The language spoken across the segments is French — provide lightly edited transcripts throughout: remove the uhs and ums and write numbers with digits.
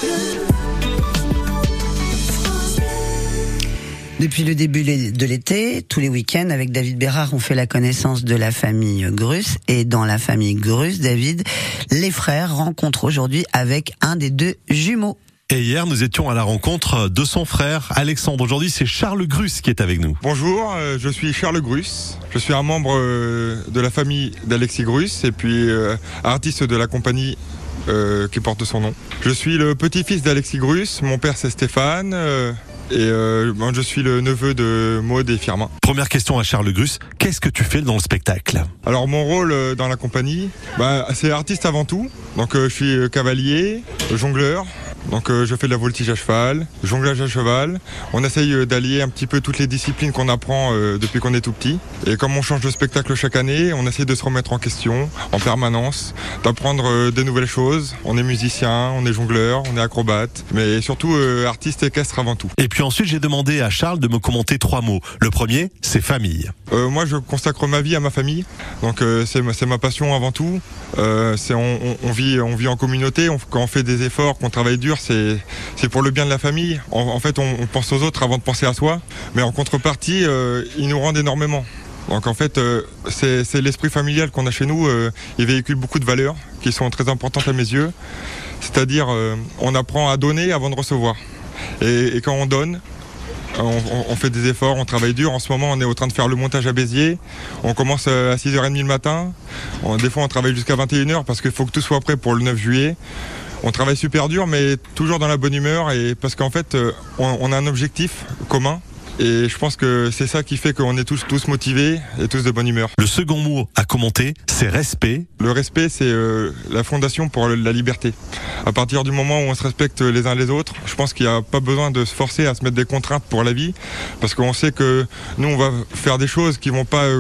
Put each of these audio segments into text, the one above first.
Depuis le début de l'été, tous les week-ends, avec David Bérard, on fait la connaissance de la famille Grus. Et dans la famille Grus, David, les frères rencontrent aujourd'hui avec un des deux jumeaux. Et hier, nous étions à la rencontre de son frère, Alexandre. Aujourd'hui, c'est Charles Grus qui est avec nous. Bonjour, je suis Charles Grus. Je suis un membre de la famille d'Alexis Grus et puis artiste de la compagnie qui porte son nom. Je suis le petit-fils d'Alexis Grus. Mon père, c'est Stéphane. Je suis le neveu de Maud et Firmin. Première question à Charles Grus, qu'est-ce que tu fais dans le spectacle ? Alors mon rôle dans la compagnie, c'est artiste avant tout. Donc je suis cavalier, jongleur. Donc je fais de la voltige à cheval, jonglage à cheval. On essaye d'allier un petit peu toutes les disciplines qu'on apprend depuis qu'on est tout petit. Et comme on change de spectacle chaque année, on essaie de se remettre en question en permanence, d'apprendre des nouvelles choses. On est musicien, on est jongleur, on est acrobate, mais surtout artiste équestre avant tout. Et puis ensuite, j'ai demandé à Charles de me commenter 3 mots. Le premier, c'est famille. Moi, je consacre ma vie à ma famille. Donc c'est ma passion avant tout. On vit en communauté. Quand on fait des efforts, qu'on travaille dur, c'est pour le bien de la famille. En fait, on pense aux autres avant de penser à soi. Mais en contrepartie, ils nous rendent énormément. Donc en fait, c'est l'esprit familial qu'on a chez nous. Il véhicule beaucoup de valeurs qui sont très importantes à mes yeux. C'est-à-dire, on apprend à donner avant de recevoir. Et quand on donne, on fait des efforts, on travaille dur. En ce moment, on est en train de faire le montage à Béziers. On commence à 6h30 le matin. Des fois, on travaille jusqu'à 21h parce qu'il faut que tout soit prêt pour le 9 juillet. On travaille super dur, mais toujours dans la bonne humeur. Et parce qu'en fait, on a un objectif commun. Et je pense que c'est ça qui fait qu'on est tous motivés et tous de bonne humeur. Le second mot à commenter, c'est respect. Le respect, c'est la fondation pour la liberté. À partir du moment où on se respecte les uns les autres, je pense qu'il n'y a pas besoin de se forcer à se mettre des contraintes pour la vie, parce qu'on sait que nous, on va faire des choses qui vont pas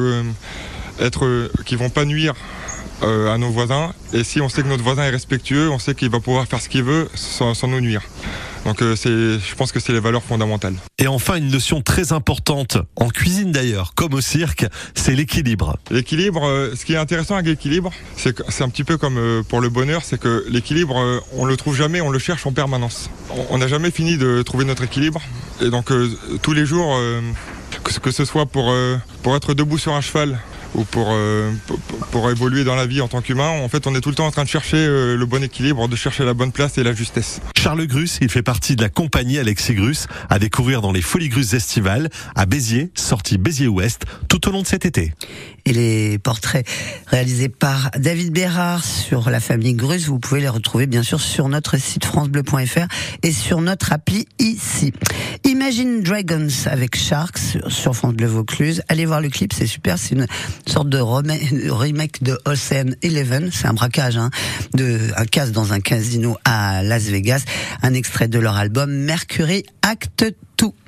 nuire à nos voisins. Et si on sait que notre voisin est respectueux, on sait qu'il va pouvoir faire ce qu'il veut sans nous nuire. Donc je pense que c'est les valeurs fondamentales. Et enfin, une notion très importante, en cuisine d'ailleurs, comme au cirque, c'est l'équilibre. L'équilibre, ce qui est intéressant avec l'équilibre, c'est un petit peu comme pour le bonheur, c'est que l'équilibre, on le trouve jamais, on le cherche en permanence. On n'a jamais fini de trouver notre équilibre. Et donc tous les jours, que ce soit pour être debout sur un cheval, ou pour évoluer dans la vie en tant qu'humain, en fait, on est tout le temps en train de chercher le bon équilibre, de chercher la bonne place et la justesse. Charles Grus, il fait partie de la compagnie Alexis Grus, à découvrir dans les Folies Grus estivales, à Béziers, sortie Béziers-Ouest, tout au long de cet été. Et les portraits réalisés par David Bérard sur la famille Grus, vous pouvez les retrouver bien sûr sur notre site francebleu.fr et sur notre appli ici. Imagine Dragons avec Sharks sur France Bleu Vaucluse. Allez voir le clip, c'est super, c'est une sorte de remake de Ocean 11, c'est un braquage, un casse dans un casino à Las Vegas, un extrait de leur album Mercury Acte 2.